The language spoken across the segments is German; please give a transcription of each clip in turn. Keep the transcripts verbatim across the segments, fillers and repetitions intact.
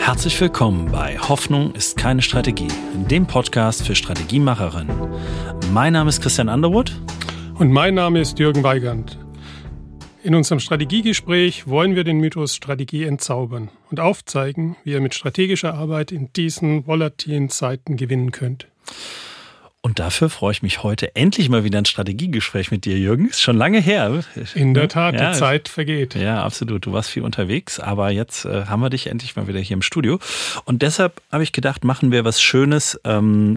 Herzlich willkommen bei Hoffnung ist keine Strategie, dem Podcast für Strategiemacherinnen. Mein Name ist Christian Underwood. Und mein Name ist Jürgen Weigand. In unserem Strategiegespräch wollen wir den Mythos Strategie entzaubern und aufzeigen, wie ihr mit strategischer Arbeit in diesen volatilen Zeiten gewinnen könnt. Und dafür freue ich mich heute endlich mal wieder ein Strategiegespräch mit dir, Jürgen. Ist schon lange her. In der Tat, ja, die Zeit vergeht. Ja, absolut. Du warst viel unterwegs, aber jetzt äh, haben wir dich endlich mal wieder hier im Studio. Und deshalb habe ich gedacht, machen wir was Schönes ähm,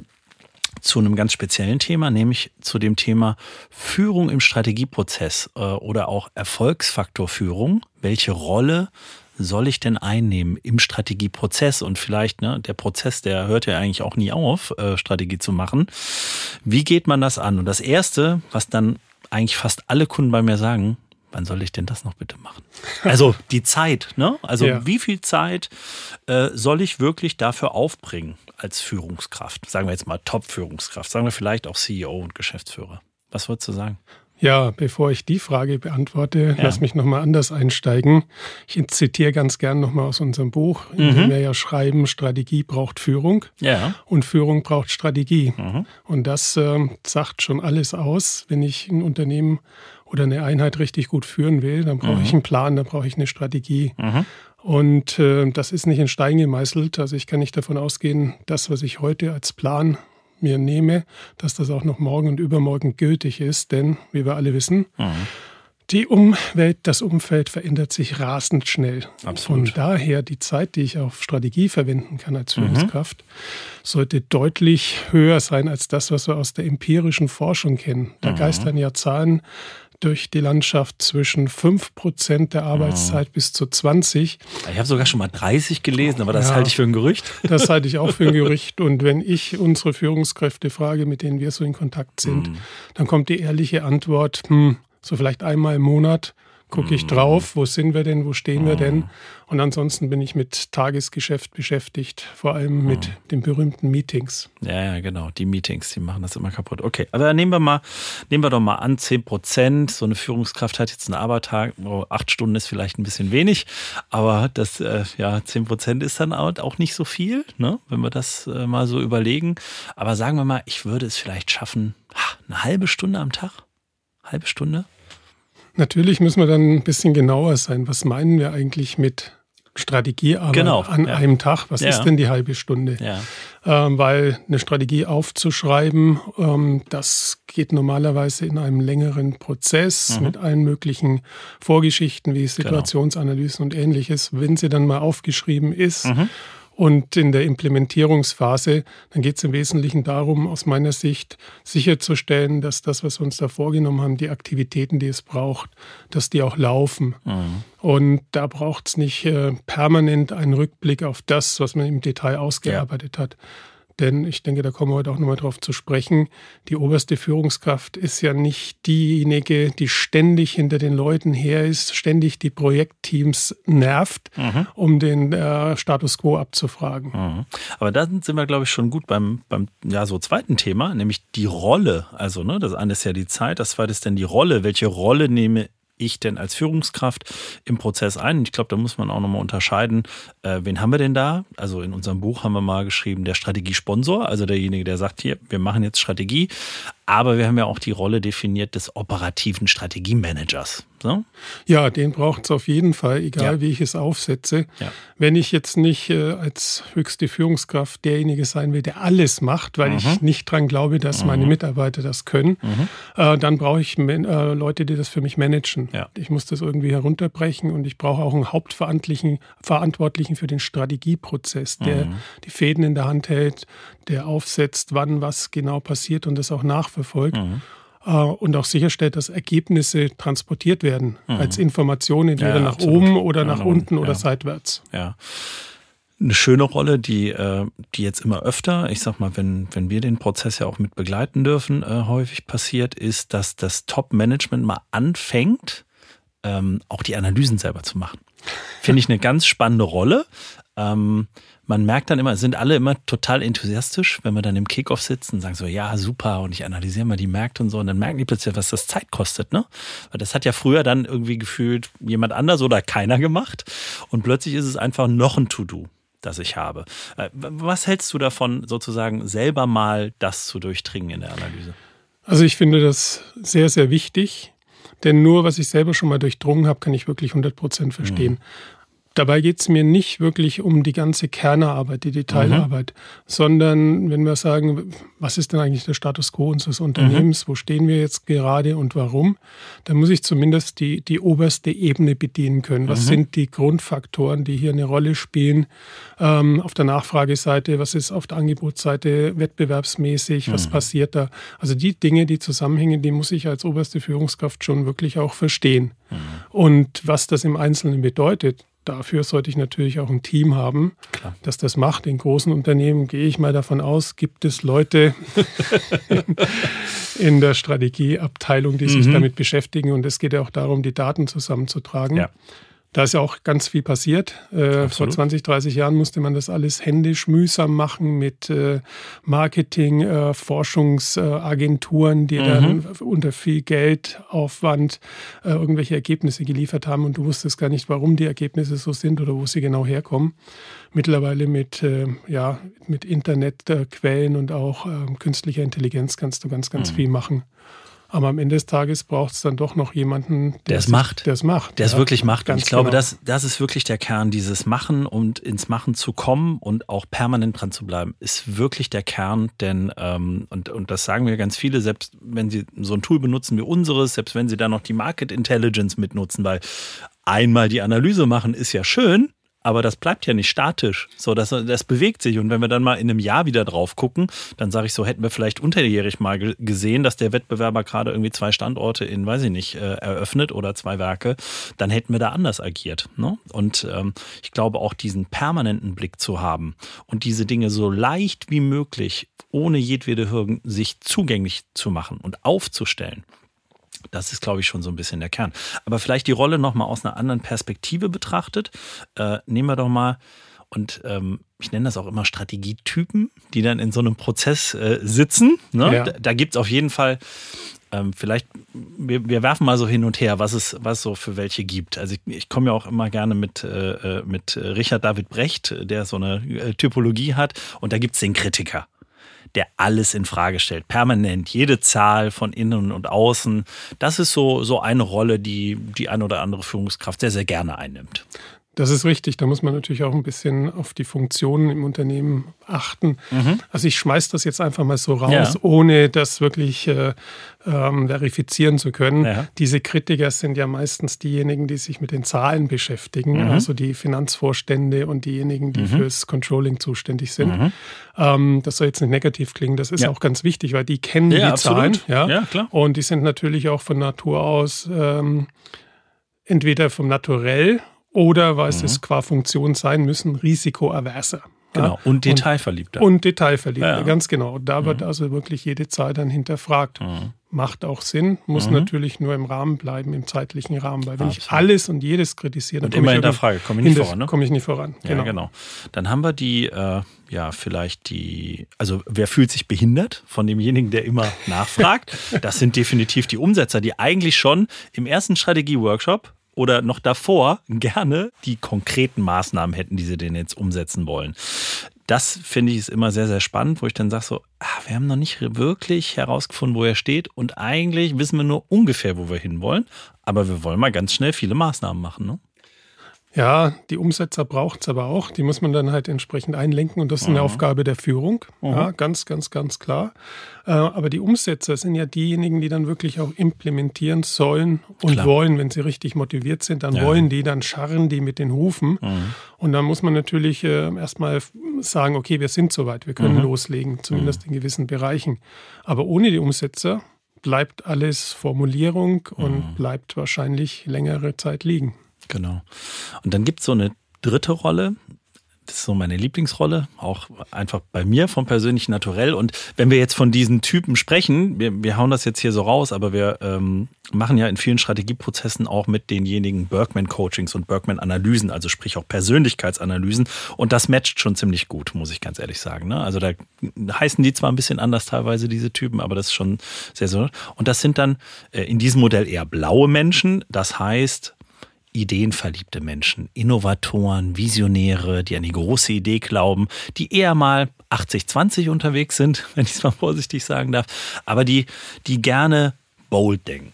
zu einem ganz speziellen Thema, nämlich zu dem Thema Führung im Strategieprozess äh, oder auch Erfolgsfaktor Führung. Welche Rolle soll ich denn einnehmen im Strategieprozess? Und vielleicht, ne, der Prozess, der hört ja eigentlich auch nie auf, äh, Strategie zu machen. Wie geht man das an? Und das Erste, was dann eigentlich fast alle Kunden bei mir sagen, wann soll ich denn das noch bitte machen? Also die Zeit, ne? Also ja. Wie viel Zeit äh, soll ich wirklich dafür aufbringen als Führungskraft? Sagen wir jetzt mal Top-Führungskraft, sagen wir vielleicht auch C E O und Geschäftsführer. Was würdest du sagen? Ja, bevor ich die Frage beantworte, ja. lass mich nochmal anders einsteigen. Ich zitiere ganz gern nochmal aus unserem Buch, in mhm. dem wir ja schreiben, Strategie braucht Führung ja. und Führung braucht Strategie. Mhm. Und das äh, sagt schon alles aus. Wenn ich ein Unternehmen oder eine Einheit richtig gut führen will, dann brauche mhm. ich einen Plan, dann brauche ich eine Strategie. Mhm. Und äh, das ist nicht in Stein gemeißelt. Also ich kann nicht davon ausgehen, das, was ich heute als Plan mir nehme, dass das auch noch morgen und übermorgen gültig ist. Denn, wie wir alle wissen, mhm. die Umwelt, das Umfeld verändert sich rasend schnell. Absolut. Von daher die Zeit, die ich auf Strategie verwenden kann als Führungskraft, mhm. sollte deutlich höher sein als das, was wir aus der empirischen Forschung kennen. Da mhm. geistern ja Zahlen durch die Landschaft zwischen fünf Prozent der Arbeitszeit mhm. bis zu zwanzig. Ich habe sogar schon mal dreißig gelesen, aber das ja, halte ich für ein Gerücht. Das halte ich auch für ein Gerücht. Und wenn ich unsere Führungskräfte frage, mit denen wir so in Kontakt sind, mhm. dann kommt die ehrliche Antwort, hm, so vielleicht einmal im Monat gucke ich drauf, wo sind wir denn, wo stehen wir denn? Und ansonsten bin ich mit Tagesgeschäft beschäftigt, vor allem mit den berühmten Meetings. Ja, ja, genau, die Meetings, die machen das immer kaputt. Okay, aber nehmen wir mal, nehmen wir doch mal an, zehn Prozent, so eine Führungskraft hat jetzt einen Arbeitstag, oh, acht Stunden ist vielleicht ein bisschen wenig, aber das, äh, ja, zehn Prozent ist dann auch nicht so viel, ne, wenn wir das äh, mal so überlegen. Aber sagen wir mal, ich würde es vielleicht schaffen, eine halbe Stunde am Tag, halbe Stunde. Natürlich müssen wir dann ein bisschen genauer sein. Was meinen wir eigentlich mit Strategiearbeit genau, an ja. einem Tag? Was ja. ist denn die halbe Stunde? Ja. Ähm, weil eine Strategie aufzuschreiben, ähm, das geht normalerweise in einem längeren Prozess mhm. mit allen möglichen Vorgeschichten wie Situationsanalysen genau. und Ähnliches. Wenn sie dann mal aufgeschrieben ist, mhm. und in der Implementierungsphase, dann geht es im Wesentlichen darum, aus meiner Sicht sicherzustellen, dass das, was wir uns da vorgenommen haben, die Aktivitäten, die es braucht, dass die auch laufen. Mhm. Und da braucht es nicht äh, permanent einen Rückblick auf das, was man im Detail ausgearbeitet ja. hat. Denn ich denke, da kommen wir heute auch nochmal drauf zu sprechen. Die oberste Führungskraft ist ja nicht diejenige, die ständig hinter den Leuten her ist, ständig die Projektteams nervt, mhm. um den äh, Status quo abzufragen. Mhm. Aber da sind wir, glaube ich, schon gut beim, beim ja, so zweiten Thema, nämlich die Rolle. Also, ne, das eine ist ja die Zeit, das zweite ist dann die Rolle. Welche Rolle nehme ich denn als Führungskraft im Prozess ein? Ich glaube, da muss man auch nochmal unterscheiden, äh, wen haben wir denn da? Also in unserem Buch haben wir mal geschrieben, der Strategiesponsor, also derjenige, der sagt, hier, wir machen jetzt Strategie, aber wir haben ja auch die Rolle definiert des operativen Strategiemanagers. So? Ja, den braucht es auf jeden Fall, egal ja. wie ich es aufsetze. Ja. Wenn ich jetzt nicht äh, als höchste Führungskraft derjenige sein will, der alles macht, weil mhm. ich nicht dran glaube, dass mhm. meine Mitarbeiter das können, mhm. äh, dann brauche ich äh, Leute, die das für mich managen. Ja. Ich muss das irgendwie herunterbrechen und ich brauche auch einen Hauptverantwortlichen Verantwortlichen für den Strategieprozess, der mhm. die Fäden in der Hand hält, der aufsetzt, wann was genau passiert und das auch nachverfolgt. Mhm. Und auch sicherstellt, dass Ergebnisse transportiert werden mhm. als Informationen, entweder ja, nach absolut. oben oder ja, nach unten ja. oder seitwärts. Ja. Eine schöne Rolle, die, die jetzt immer öfter, ich sag mal, wenn, wenn wir den Prozess ja auch mit begleiten dürfen, häufig passiert, ist, dass das Top-Management mal anfängt, auch die Analysen selber zu machen. Finde ich eine ganz spannende Rolle. Ähm, man merkt dann immer, es sind alle immer total enthusiastisch, wenn wir dann im Kickoff sitzen und sagen so, ja, super, und ich analysiere mal die Märkte und so, und dann merken die plötzlich, was das Zeit kostet, ne? Weil das hat ja früher dann irgendwie gefühlt jemand anders oder keiner gemacht, und plötzlich ist es einfach noch ein To-Do. das ich habe. Was hältst du davon, sozusagen selber mal das zu durchdringen in der Analyse? Also ich finde das sehr, sehr wichtig, denn nur was ich selber schon mal durchdrungen habe, kann ich wirklich hundert Prozent verstehen. Mhm. Dabei geht es mir nicht wirklich um die ganze Kernarbeit, die Detailarbeit, mhm. sondern wenn wir sagen, was ist denn eigentlich der Status quo unseres Unternehmens, mhm. wo stehen wir jetzt gerade und warum, dann muss ich zumindest die, die oberste Ebene bedienen können. Was mhm. sind die Grundfaktoren, die hier eine Rolle spielen? Ähm, auf der Nachfrageseite, was ist auf der Angebotsseite wettbewerbsmäßig, was mhm. passiert da? Also die Dinge, die zusammenhängen, die muss ich als oberste Führungskraft schon wirklich auch verstehen. Mhm. Und was das im Einzelnen bedeutet, dafür sollte ich natürlich auch ein Team haben, Klar. das das macht. In großen Unternehmen gehe ich mal davon aus, gibt es Leute in der Strategieabteilung, die mhm. sich damit beschäftigen. Und es geht ja auch darum, die Daten zusammenzutragen. Ja. Da ist ja auch ganz viel passiert. Äh, vor zwanzig, dreißig Jahren musste man das alles händisch mühsam machen mit äh, Marketing, äh, Forschungsagenturen, die mhm. dann unter viel Geldaufwand äh, irgendwelche Ergebnisse geliefert haben und du wusstest gar nicht, warum die Ergebnisse so sind oder wo sie genau herkommen. Mittlerweile mit, äh, ja, mit Internetquellen und auch äh, künstlicher Intelligenz kannst du ganz, ganz mhm. viel machen. Aber am Ende des Tages braucht es dann doch noch jemanden, der es macht. Der es macht. Der es ja, wirklich macht. Und ich glaube, genau. das, das ist wirklich der Kern. Dieses Machen und ins Machen zu kommen und auch permanent dran zu bleiben, ist wirklich der Kern. Denn, ähm, und, und das sagen wir ganz viele, selbst wenn sie so ein Tool benutzen wie unseres, selbst wenn sie da noch die Market Intelligence mitnutzen, weil einmal die Analyse machen ist ja schön, aber das bleibt ja nicht statisch. So, das, das bewegt sich. Und wenn wir dann mal in einem Jahr wieder drauf gucken, dann sage ich so, hätten wir vielleicht unterjährig mal ge- gesehen, dass der Wettbewerber gerade irgendwie zwei Standorte in, weiß ich nicht, äh, eröffnet oder zwei Werke, dann hätten wir da anders agiert. Ne? Und ähm, ich glaube auch diesen permanenten Blick zu haben und diese Dinge so leicht wie möglich, ohne jedwede Hürden, sich zugänglich zu machen und aufzustellen. Das ist, glaube ich, schon so ein bisschen der Kern. Aber vielleicht die Rolle nochmal aus einer anderen Perspektive betrachtet. Äh, nehmen wir doch mal, und ähm, ich nenne das auch immer Strategietypen, die dann in so einem Prozess äh, sitzen. Ne? Ja. Da, da gibt es auf jeden Fall, ähm, vielleicht, wir, wir werfen mal so hin und her, was es, was es so für welche gibt. Also ich, ich komme ja auch immer gerne mit, äh, mit Richard David Brecht, der so eine äh, Typologie hat. Und da gibt es den Kritiker, der alles in Frage stellt, permanent, jede Zahl von innen und außen. Das ist so, so eine Rolle, die die eine oder andere Führungskraft sehr, sehr gerne einnimmt. Das ist richtig. Da muss man natürlich auch ein bisschen auf die Funktionen im Unternehmen achten. Mhm. Also ich schmeiß das jetzt einfach mal so raus, ja. ohne das wirklich äh, ähm, verifizieren zu können. Ja. Diese Kritiker sind ja meistens diejenigen, die sich mit den Zahlen beschäftigen, mhm. also die Finanzvorstände und diejenigen, die mhm. fürs Controlling zuständig sind. Mhm. Ähm, das soll jetzt nicht negativ klingen. Das ist ja. auch ganz wichtig, weil die kennen ja, die absolut. Zahlen. Ja? Ja, klar. Und die sind natürlich auch von Natur aus ähm, entweder vom Naturell oder weil mhm. es qua Funktion sein müssen, risikoaverser. Genau, ja? und detailverliebter. Und, und detailverliebter, ja, ja. ganz genau. Und da wird mhm. also wirklich jede Zahl dann hinterfragt. Mhm. Macht auch Sinn, muss mhm. natürlich nur im Rahmen bleiben, im zeitlichen Rahmen. Weil wenn Absolut. ich alles und jedes kritisiere, dann komme ich, in Frage, komme ich nicht voran. Ne? Komme ich nicht voran, genau. Ja, genau. Dann haben wir die, äh, ja, vielleicht die, also wer fühlt sich behindert von demjenigen, der immer nachfragt? Das sind definitiv die Umsetzer, die eigentlich schon im ersten Strategie-Workshop oder noch davor gerne die konkreten Maßnahmen hätten, die sie denn jetzt umsetzen wollen. Das finde ich ist immer sehr, sehr spannend, wo ich dann sage so, ah, wir haben noch nicht wirklich herausgefunden, wo er steht und eigentlich wissen wir nur ungefähr, wo wir hinwollen, aber wir wollen mal ganz schnell viele Maßnahmen machen, ne? Ja, die Umsetzer braucht es aber auch. Die muss man dann halt entsprechend einlenken und das ist eine mhm. Aufgabe der Führung. Mhm. Ja, ganz, ganz, ganz klar. Äh, aber die Umsetzer sind ja diejenigen, die dann wirklich auch implementieren sollen und klar. wollen. Wenn sie richtig motiviert sind, dann ja. wollen die, dann scharren die mit den Hufen. Mhm. Und dann muss man natürlich äh, erstmal sagen, okay, wir sind soweit, wir können mhm. loslegen, zumindest mhm. in gewissen Bereichen. Aber ohne die Umsetzer bleibt alles Formulierung mhm. und bleibt wahrscheinlich längere Zeit liegen. Genau. Und dann gibt es so eine dritte Rolle, das ist so meine Lieblingsrolle, auch einfach bei mir vom persönlichen Naturell. Und wenn wir jetzt von diesen Typen sprechen, wir, wir hauen das jetzt hier so raus, aber wir ähm, machen ja in vielen Strategieprozessen auch mit denjenigen Berkman-Coachings und Berkman-Analysen, also sprich auch Persönlichkeitsanalysen. Und das matcht schon ziemlich gut, muss ich ganz ehrlich sagen. Ne? Also da heißen die zwar ein bisschen anders teilweise, diese Typen, aber das ist schon sehr so. Und das sind dann äh, in diesem Modell eher blaue Menschen, das heißt, ideenverliebte Menschen, Innovatoren, Visionäre, die an die große Idee glauben, die eher mal achtzig zwanzig unterwegs sind, wenn ich es mal vorsichtig sagen darf, aber die, die gerne bold denken.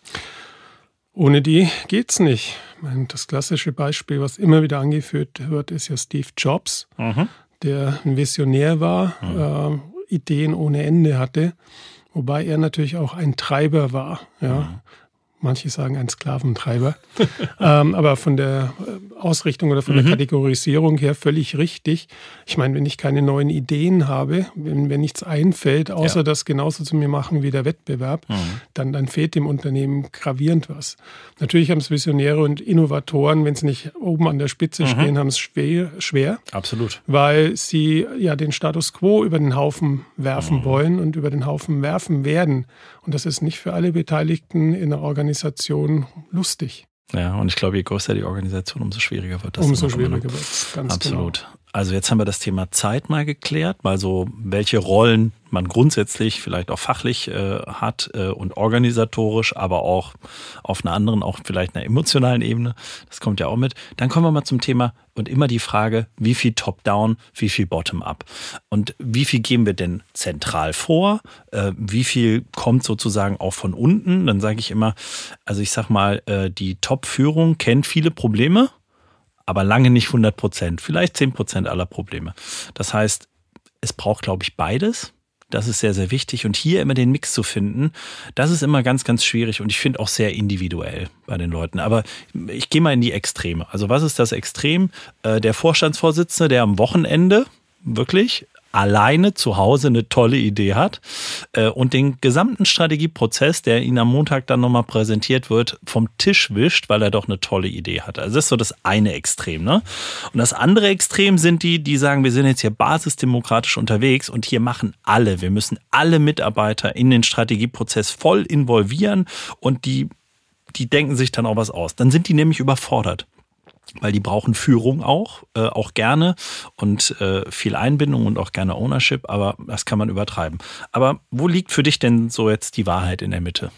Ohne die geht's nicht. Das klassische Beispiel, was immer wieder angeführt wird, ist ja Steve Jobs, mhm. der ein Visionär war, mhm. äh, Ideen ohne Ende hatte, wobei er natürlich auch ein Treiber war. Ja. Mhm. Manche sagen ein Sklaventreiber. ähm, aber von der Ausrichtung oder von mhm. der Kategorisierung her völlig richtig. Ich meine, wenn ich keine neuen Ideen habe, wenn mir nichts einfällt, außer ja. das genauso zu mir machen wie der Wettbewerb, mhm. dann, dann fehlt dem Unternehmen gravierend was. Natürlich haben es Visionäre und Innovatoren, wenn sie nicht oben an der Spitze mhm. stehen, haben es schwer, schwer. Absolut. Weil sie ja den Status quo über den Haufen werfen mhm. wollen und über den Haufen werfen werden. Und das ist nicht für alle Beteiligten in der Organisation lustig. Ja, und ich glaube, je größer die Organisation, umso schwieriger wird das. Umso schwieriger wird es, ganz Absolut. Genau. Also jetzt haben wir das Thema Zeit mal geklärt, mal so, welche Rollen man grundsätzlich vielleicht auch fachlich äh, hat äh, und organisatorisch, aber auch auf einer anderen, auch vielleicht einer emotionalen Ebene. Das kommt ja auch mit. Dann kommen wir mal zum Thema und immer die Frage, wie viel Top-Down, wie viel Bottom-Up? Und wie viel geben wir denn zentral vor? Äh, wie viel kommt sozusagen auch von unten? Dann sage ich immer, also ich sag mal, äh, die Top-Führung kennt viele Probleme, aber lange nicht hundert Prozent, vielleicht zehn Prozent aller Probleme. Das heißt, es braucht, glaube ich, beides. Das ist sehr, sehr wichtig. Und hier immer den Mix zu finden, das ist immer ganz, ganz schwierig und ich finde auch sehr individuell bei den Leuten. Aber ich gehe mal in die Extreme. Also was ist das Extrem? Der Vorstandsvorsitzende, der am Wochenende wirklich alleine zu Hause eine tolle Idee hat äh, und den gesamten Strategieprozess, der Ihnen am Montag dann nochmal präsentiert wird, vom Tisch wischt, weil er doch eine tolle Idee hat. Also das ist so das eine Extrem. Ne? Und das andere Extrem sind die, die sagen, wir sind jetzt hier basisdemokratisch unterwegs und hier machen alle, wir müssen alle Mitarbeiter in den Strategieprozess voll involvieren und die, die denken sich dann auch was aus. Dann sind die nämlich überfordert. Weil die brauchen Führung auch, äh, auch gerne und äh, viel Einbindung und auch gerne Ownership, aber das kann man übertreiben. Aber wo liegt für dich denn so jetzt die Wahrheit in der Mitte?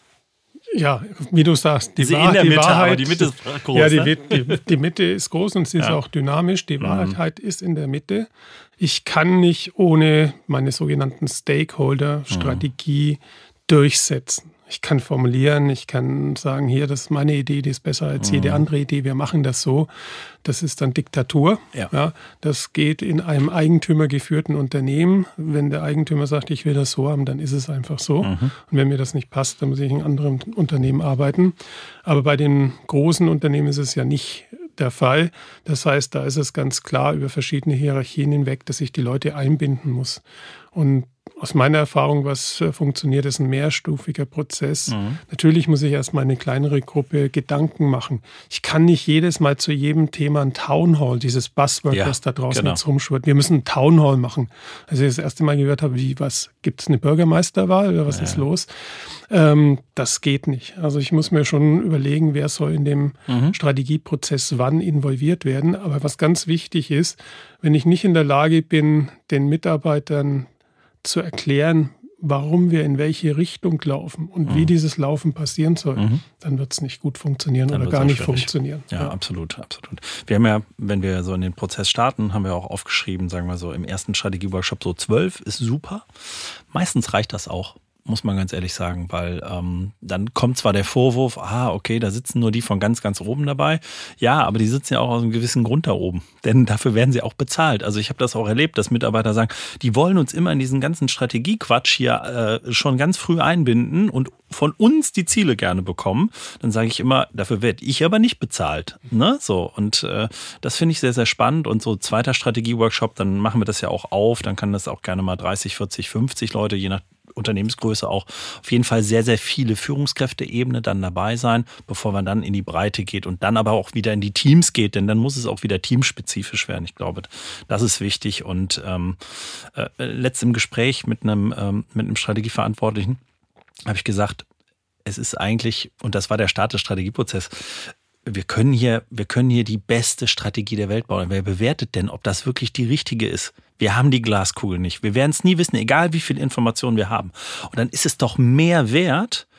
Ja, wie du sagst, die, Wahr, in der die Mitte, Wahrheit, aber die Mitte ist groß. Ja, die, ne? die, die Mitte ist groß und sie ist ja. auch dynamisch. Die Wahrheit mhm. ist in der Mitte. Ich kann nicht ohne meine sogenannten Stakeholder-Strategie mhm. durchsetzen. Ich kann formulieren, ich kann sagen, hier, das ist meine Idee, die ist besser als mhm. jede andere Idee, wir machen das so. Das ist dann Diktatur. Ja. Ja, das geht in einem eigentümergeführten Unternehmen. Wenn der Eigentümer sagt, ich will das so haben, dann ist es einfach so. Mhm. Und wenn mir das nicht passt, dann muss ich in einem anderen Unternehmen arbeiten. Aber bei den großen Unternehmen ist es ja nicht der Fall. Das heißt, da ist es ganz klar über verschiedene Hierarchien hinweg, dass ich die Leute einbinden muss. Und aus meiner Erfahrung, was funktioniert, ist ein mehrstufiger Prozess. Mhm. Natürlich muss ich erstmal eine kleinere Gruppe Gedanken machen. Ich kann nicht jedes Mal zu jedem Thema ein Townhall, dieses Buzzword, ja, was da draußen genau. jetzt rumschwirrt. Wir müssen ein Townhall machen. Als ich das erste Mal gehört habe, wie, was, gibt es eine Bürgermeisterwahl oder was ja. ist los? Ähm, das geht nicht. Also ich muss mir schon überlegen, wer soll in dem mhm. Strategieprozess wann involviert werden. Aber was ganz wichtig ist, wenn ich nicht in der Lage bin, den Mitarbeitern zu erklären, warum wir in welche Richtung laufen und mhm. wie dieses Laufen passieren soll, mhm. dann wird es nicht gut funktionieren dann oder gar nicht schwierig. funktionieren. Ja, ja, absolut, absolut. Wir haben ja, wenn wir so in den Prozess starten, haben wir auch aufgeschrieben, sagen wir so, im ersten Strategieworkshop so zwölf ist super. Meistens reicht das auch. Muss man ganz ehrlich sagen, weil ähm, dann kommt zwar der Vorwurf, ah, okay, da sitzen nur die von ganz, ganz oben dabei. Ja, aber die sitzen ja auch aus einem gewissen Grund da oben, denn dafür werden sie auch bezahlt. Also ich habe das auch erlebt, dass Mitarbeiter sagen, die wollen uns immer in diesen ganzen Strategiequatsch hier äh, schon ganz früh einbinden und von uns die Ziele gerne bekommen. Dann sage ich immer, dafür werde ich aber nicht bezahlt. Ne? So, und äh, das finde ich sehr, sehr spannend. Und so zweiter Strategieworkshop, dann machen wir das ja auch auf. Dann kann das auch gerne mal dreißig, vierzig, fünfzig Leute, je nach Unternehmensgröße auch auf jeden Fall sehr, sehr viele Führungskräfteebene dann dabei sein, bevor man dann in die Breite geht und dann aber auch wieder in die Teams geht, denn dann muss es auch wieder teamspezifisch werden. Ich glaube, das ist wichtig. Und ähm, äh, letzt im Gespräch mit einem, ähm, mit einem Strategieverantwortlichen habe ich gesagt, es ist eigentlich, und das war der Start des Strategieprozesses, wir können hier, wir können hier die beste Strategie der Welt bauen. Wer bewertet denn, ob das wirklich die richtige ist? Wir haben die Glaskugel nicht. Wir werden es nie wissen, egal wie viel Informationen wir haben. Und dann ist es doch mehr wert,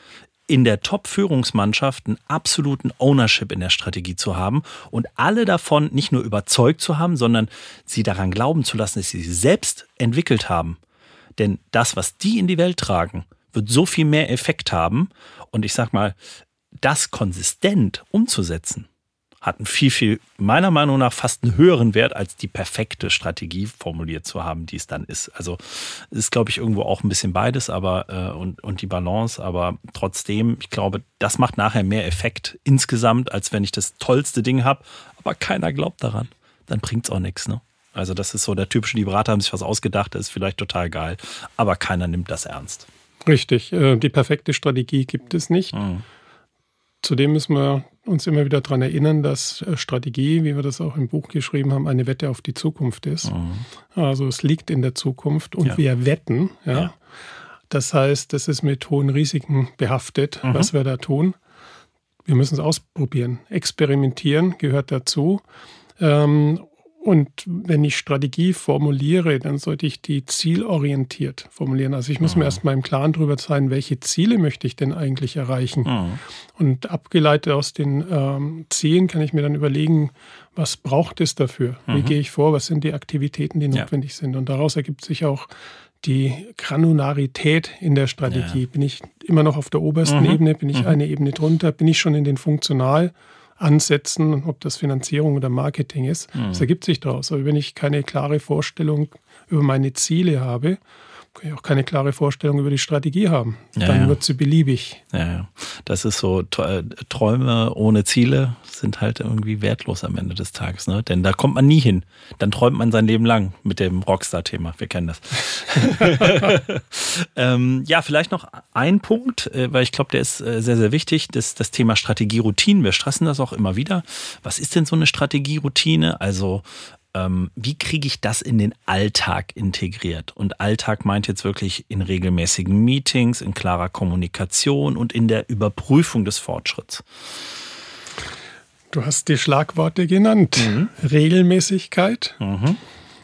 in der Top-Führungsmannschaft einen absoluten Ownership in der Strategie zu haben und alle davon nicht nur überzeugt zu haben, sondern sie daran glauben zu lassen, dass sie sie selbst entwickelt haben. Denn das, was die in die Welt tragen, wird so viel mehr Effekt haben. Und ich sag mal, das konsistent umzusetzen, hat einen viel, viel, meiner Meinung nach, fast einen höheren Wert, als die perfekte Strategie formuliert zu haben, die es dann ist. Also es ist, glaube ich, irgendwo auch ein bisschen beides, aber äh, und, und die Balance, aber trotzdem, ich glaube, das macht nachher mehr Effekt insgesamt, als wenn ich das tollste Ding habe, aber keiner glaubt daran. Dann bringt es auch nichts, ne? Also das ist so der typische, die Berater haben sich was ausgedacht, das ist vielleicht total geil, aber keiner nimmt das ernst. Richtig, die perfekte Strategie gibt es nicht. Mhm. Zudem müssen wir uns immer wieder daran erinnern, dass Strategie, wie wir das auch im Buch geschrieben haben, eine Wette auf die Zukunft ist. Mhm. Also es liegt in der Zukunft und ja. wir wetten. Ja. ja. Das heißt, das ist mit hohen Risiken behaftet, mhm. was wir da tun. Wir müssen es ausprobieren. Experimentieren gehört dazu. Ähm, Und wenn ich Strategie formuliere, dann sollte ich die zielorientiert formulieren. Also ich muss mhm. mir erstmal im Klaren darüber sein, welche Ziele möchte ich denn eigentlich erreichen. Mhm. Und abgeleitet aus den ähm, Zielen kann ich mir dann überlegen, was braucht es dafür? Mhm. Wie gehe ich vor? Was sind die Aktivitäten, die notwendig ja. sind? Und daraus ergibt sich auch die Granularität in der Strategie. Ja. Bin ich immer noch auf der obersten mhm. Ebene? Bin ich mhm. eine Ebene drunter? Bin ich schon in den Funktional- Ansätzen, ob das Finanzierung oder Marketing ist. Mhm. Das ergibt sich daraus. Aber wenn ich keine klare Vorstellung über meine Ziele habe, kann ich auch keine klare Vorstellung über die Strategie haben. Ja, Dann ja. wird sie beliebig. Ja, ja. Das ist so, Träume ohne Ziele sind halt irgendwie wertlos am Ende des Tages. Ne? Denn da kommt man nie hin. Dann träumt man sein Leben lang mit dem Rockstar-Thema. Wir kennen das. ähm, ja, vielleicht noch ein Punkt, weil ich glaube, der ist sehr, sehr wichtig. Das, das Thema Strategieroutinen. Wir stressen das auch immer wieder. Was ist denn so eine Strategieroutine? Also Ähm, wie kriege ich das in den Alltag integriert? Und Alltag meint jetzt wirklich in regelmäßigen Meetings, in klarer Kommunikation und in der Überprüfung des Fortschritts. Du hast die Schlagworte genannt. Mhm. Regelmäßigkeit. Mhm.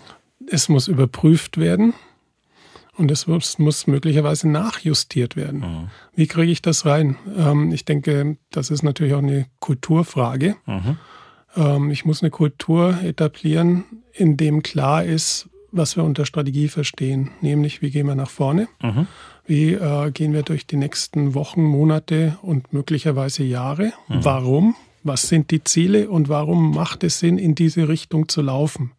Es muss überprüft werden. Und es muss, muss möglicherweise nachjustiert werden. Mhm. Wie kriege ich das rein? Ähm, ich denke, das ist natürlich auch eine Kulturfrage. Mhm. Ich muss eine Kultur etablieren, in dem klar ist, was wir unter Strategie verstehen. Nämlich, wie gehen wir nach vorne? Mhm. Wie äh, gehen wir durch die nächsten Wochen, Monate und möglicherweise Jahre? Mhm. Warum? Was sind die Ziele und warum macht es Sinn, in diese Richtung zu laufen?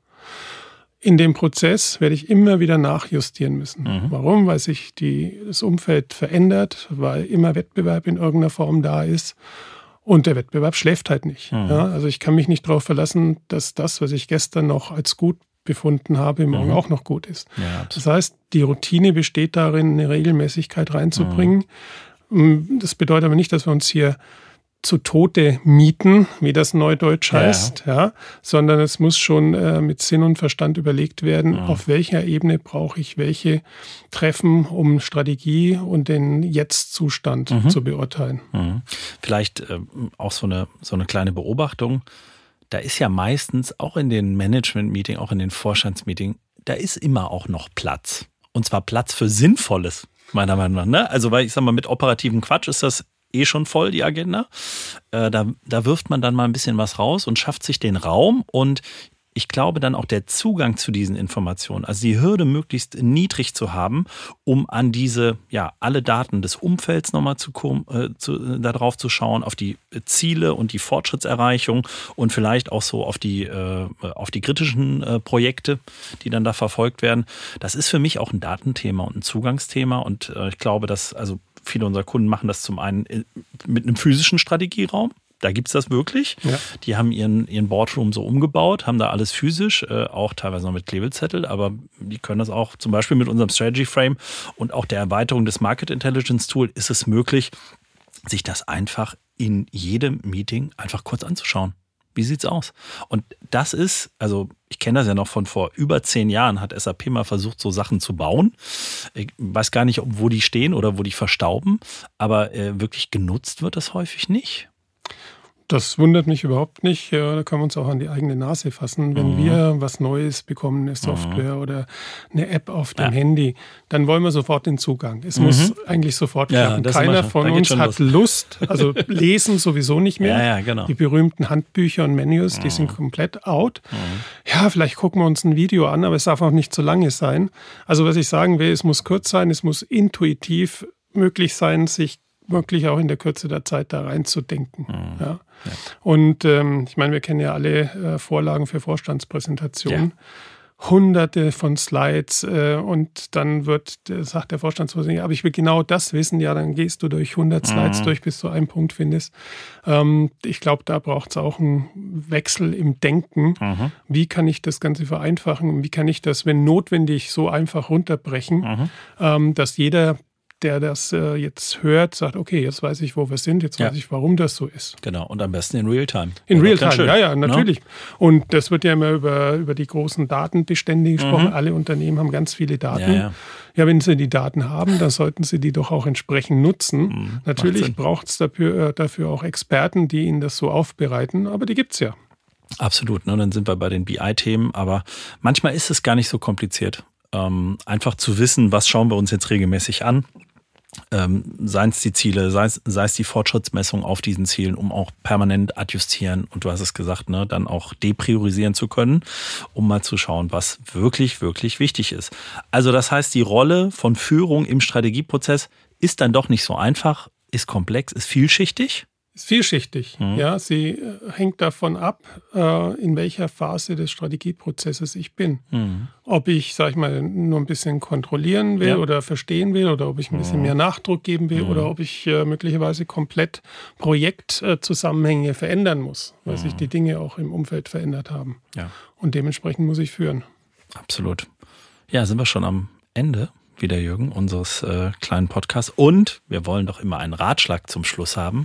In dem Prozess werde ich immer wieder nachjustieren müssen. Mhm. Warum? Weil sich die, das Umfeld verändert, weil immer Wettbewerb in irgendeiner Form da ist. Und der Wettbewerb schläft halt nicht. Mhm. Ja, also ich kann mich nicht darauf verlassen, dass das, was ich gestern noch als gut befunden habe, morgen mhm. auch noch gut ist. Ja, das heißt, die Routine besteht darin, eine Regelmäßigkeit reinzubringen. Mhm. Das bedeutet aber nicht, dass wir uns hier zu Tode mieten, wie das Neudeutsch heißt, ja. ja, sondern es muss schon äh, mit Sinn und Verstand überlegt werden, mhm. auf welcher Ebene brauche ich welche Treffen, um Strategie und den Jetzt-Zustand mhm. zu beurteilen. Mhm. Vielleicht äh, auch so eine, so eine kleine Beobachtung. Da ist ja meistens auch in den Management-Meetings, auch in den Vorstandsmeetings, da ist immer auch noch Platz. Und zwar Platz für Sinnvolles, meiner Meinung nach. Ne? Also, weil ich sag mal, mit operativen Quatsch ist das eh schon voll, die Agenda. Äh, da, da wirft man dann mal ein bisschen was raus und schafft sich den Raum. Und ich glaube dann auch der Zugang zu diesen Informationen, also die Hürde möglichst niedrig zu haben, um an diese, ja, alle Daten des Umfelds nochmal zu, äh, zu, äh, da drauf zu schauen, auf die Ziele und die Fortschrittserreichung und vielleicht auch so auf die, äh, auf die kritischen äh, Projekte, die dann da verfolgt werden. Das ist für mich auch ein Datenthema und ein Zugangsthema. Und äh, ich glaube, dass, also viele unserer Kunden machen das zum einen mit einem physischen Strategieraum. Da gibt es das wirklich. Ja. Die haben ihren, ihren Boardroom so umgebaut, haben da alles physisch, äh, auch teilweise noch mit Klebelzettel, aber die können das auch zum Beispiel mit unserem Strategy Frame und auch der Erweiterung des Market Intelligence Tool ist es möglich, sich das einfach in jedem Meeting einfach kurz anzuschauen. Wie sieht's aus? Und das ist, also ich kenne das ja noch von vor über zehn Jahren, hat S A P mal versucht, so Sachen zu bauen. Ich weiß gar nicht, wo die stehen oder wo die verstauben, aber äh, wirklich genutzt wird das häufig nicht. Das wundert mich überhaupt nicht. Ja, da können wir uns auch an die eigene Nase fassen. Wenn mhm. wir was Neues bekommen, eine Software mhm. oder eine App auf dem ja. Handy, dann wollen wir sofort den Zugang. Es mhm. muss eigentlich sofort klappen. Ja, Keiner von uns hat los. Lust, also lesen sowieso nicht mehr. Ja, ja, genau. Die berühmten Handbücher und Menus, mhm. die sind komplett out. Mhm. Ja, vielleicht gucken wir uns ein Video an, aber es darf auch nicht zu lange sein. Also was ich sagen will, es muss kurz sein, es muss intuitiv möglich sein, sich wirklich auch in der Kürze der Zeit da reinzudenken. Mhm. Ja. Ja. Und ähm, ich meine, wir kennen ja alle äh, Vorlagen für Vorstandspräsentationen. Ja. Hunderte von Slides äh, und dann wird, äh, sagt der Vorstandsvorsitzende, aber ich will genau das wissen. Ja, dann gehst du durch hundert Slides mhm. durch, bis du einen Punkt findest. Ähm, ich glaube, da braucht es auch einen Wechsel im Denken. Mhm. Wie kann ich das Ganze vereinfachen und wie kann ich das, wenn notwendig, so einfach runterbrechen, mhm. ähm, dass jeder, der das äh, jetzt hört, sagt, okay, jetzt weiß ich, wo wir sind, jetzt ja. weiß ich, warum das so ist. Genau, und am besten in Realtime. In Realtime, ja, ja, natürlich. No? Und das wird ja immer über, über die großen Datenbestände gesprochen. Mhm. Alle Unternehmen haben ganz viele Daten. Ja, ja. ja, wenn sie die Daten haben, dann sollten sie die doch auch entsprechend nutzen. Mhm. Natürlich braucht es dafür, äh, dafür auch Experten, die ihnen das so aufbereiten, aber die gibt es ja. Absolut, ne? Dann sind wir bei den B I-Themen, aber manchmal ist es gar nicht so kompliziert. Ähm, einfach zu wissen, was schauen wir uns jetzt regelmäßig an. Ähm, seien es die Ziele, sei es, sei es die Fortschrittsmessung auf diesen Zielen, um auch permanent adjustieren und du hast es gesagt, ne, dann auch depriorisieren zu können, um mal zu schauen, was wirklich, wirklich wichtig ist. Also das heißt, die Rolle von Führung im Strategieprozess ist dann doch nicht so einfach, ist komplex, ist vielschichtig. Ist vielschichtig, mhm. ja. Sie äh, hängt davon ab, äh, in welcher Phase des Strategieprozesses ich bin. Mhm. Ob ich, sag ich mal, nur ein bisschen kontrollieren will ja. oder verstehen will oder ob ich ein bisschen mhm. mehr Nachdruck geben will mhm. oder ob ich äh, möglicherweise komplett Projektzusammenhänge äh, verändern muss, weil mhm. sich die Dinge auch im Umfeld verändert haben. Ja. Und dementsprechend muss ich führen. Absolut. Ja, sind wir schon am Ende wieder, Jürgen, unseres äh, kleinen Podcasts. Und wir wollen doch immer einen Ratschlag zum Schluss haben.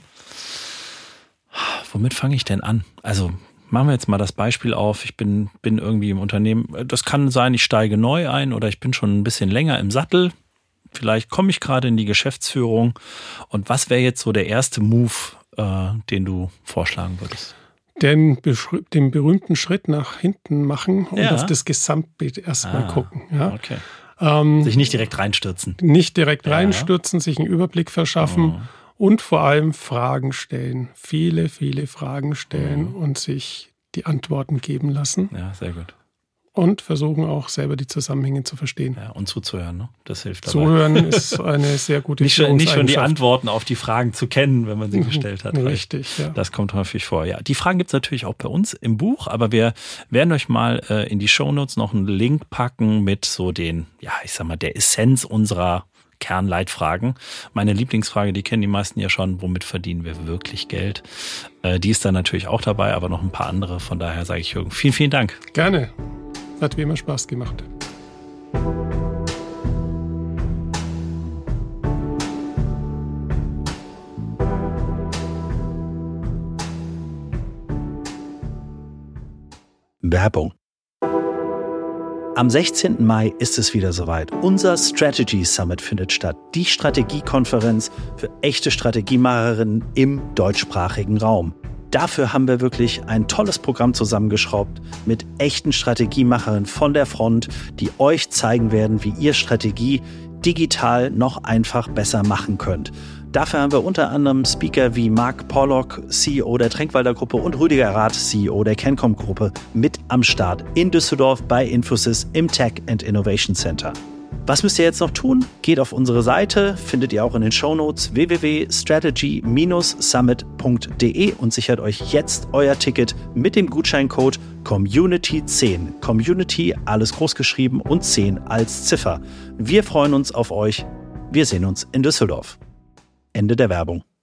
Womit fange ich denn an? Also machen wir jetzt mal das Beispiel auf. Ich bin, bin irgendwie im Unternehmen. Das kann sein, ich steige neu ein oder ich bin schon ein bisschen länger im Sattel. Vielleicht komme ich gerade in die Geschäftsführung. Und was wäre jetzt so der erste Move, äh, den du vorschlagen würdest? Den, den berühmten Schritt nach hinten machen und ja. auf das Gesamtbild erstmal ah, gucken. Ja? Okay. Ähm, sich nicht direkt reinstürzen. Nicht direkt ja. reinstürzen, sich einen Überblick verschaffen. Oh. Und vor allem Fragen stellen, viele, viele Fragen stellen mhm. und sich die Antworten geben lassen. Ja, sehr gut. Und versuchen auch selber die Zusammenhänge zu verstehen. Ja, und zuzuhören, ne? Das hilft dabei. Zuhören ist eine sehr gute nicht schon, nicht schon die Antworten auf die Fragen zu kennen, wenn man sie gestellt hat. Richtig, ja. Das kommt häufig vor, ja. Die Fragen gibt es natürlich auch bei uns im Buch, aber wir werden euch mal äh, in die Shownotes noch einen Link packen mit so den, ja, ich sag mal, der Essenz unserer Kernleitfragen. Meine Lieblingsfrage, die kennen die meisten ja schon, womit verdienen wir wirklich Geld? Äh, die ist dann natürlich auch dabei, aber noch ein paar andere. Von daher sage ich Jürgen, vielen, vielen Dank. Gerne. Hat wie immer Spaß gemacht. Werbung. Am sechzehnten Mai ist es wieder soweit. Unser Strategy Summit findet statt. Die Strategiekonferenz für echte Strategiemacherinnen im deutschsprachigen Raum. Dafür haben wir wirklich ein tolles Programm zusammengeschraubt mit echten Strategiemacherinnen von der Front, die euch zeigen werden, wie ihr Strategie digital noch einfach besser machen könnt. Dafür haben wir unter anderem Speaker wie Mark Pollock, C E O der Tränkwalder Gruppe und Rüdiger Rath, C E O der Kencom Gruppe, mit am Start in Düsseldorf bei Infosys im Tech and Innovation Center. Was müsst ihr jetzt noch tun? Geht auf unsere Seite, findet ihr auch in den Shownotes w w w punkt strategy dash summit punkt d e und sichert euch jetzt euer Ticket mit dem Gutscheincode Community zehn. Community, alles groß geschrieben und zehn als Ziffer. Wir freuen uns auf euch. Wir sehen uns in Düsseldorf. Ende der Werbung.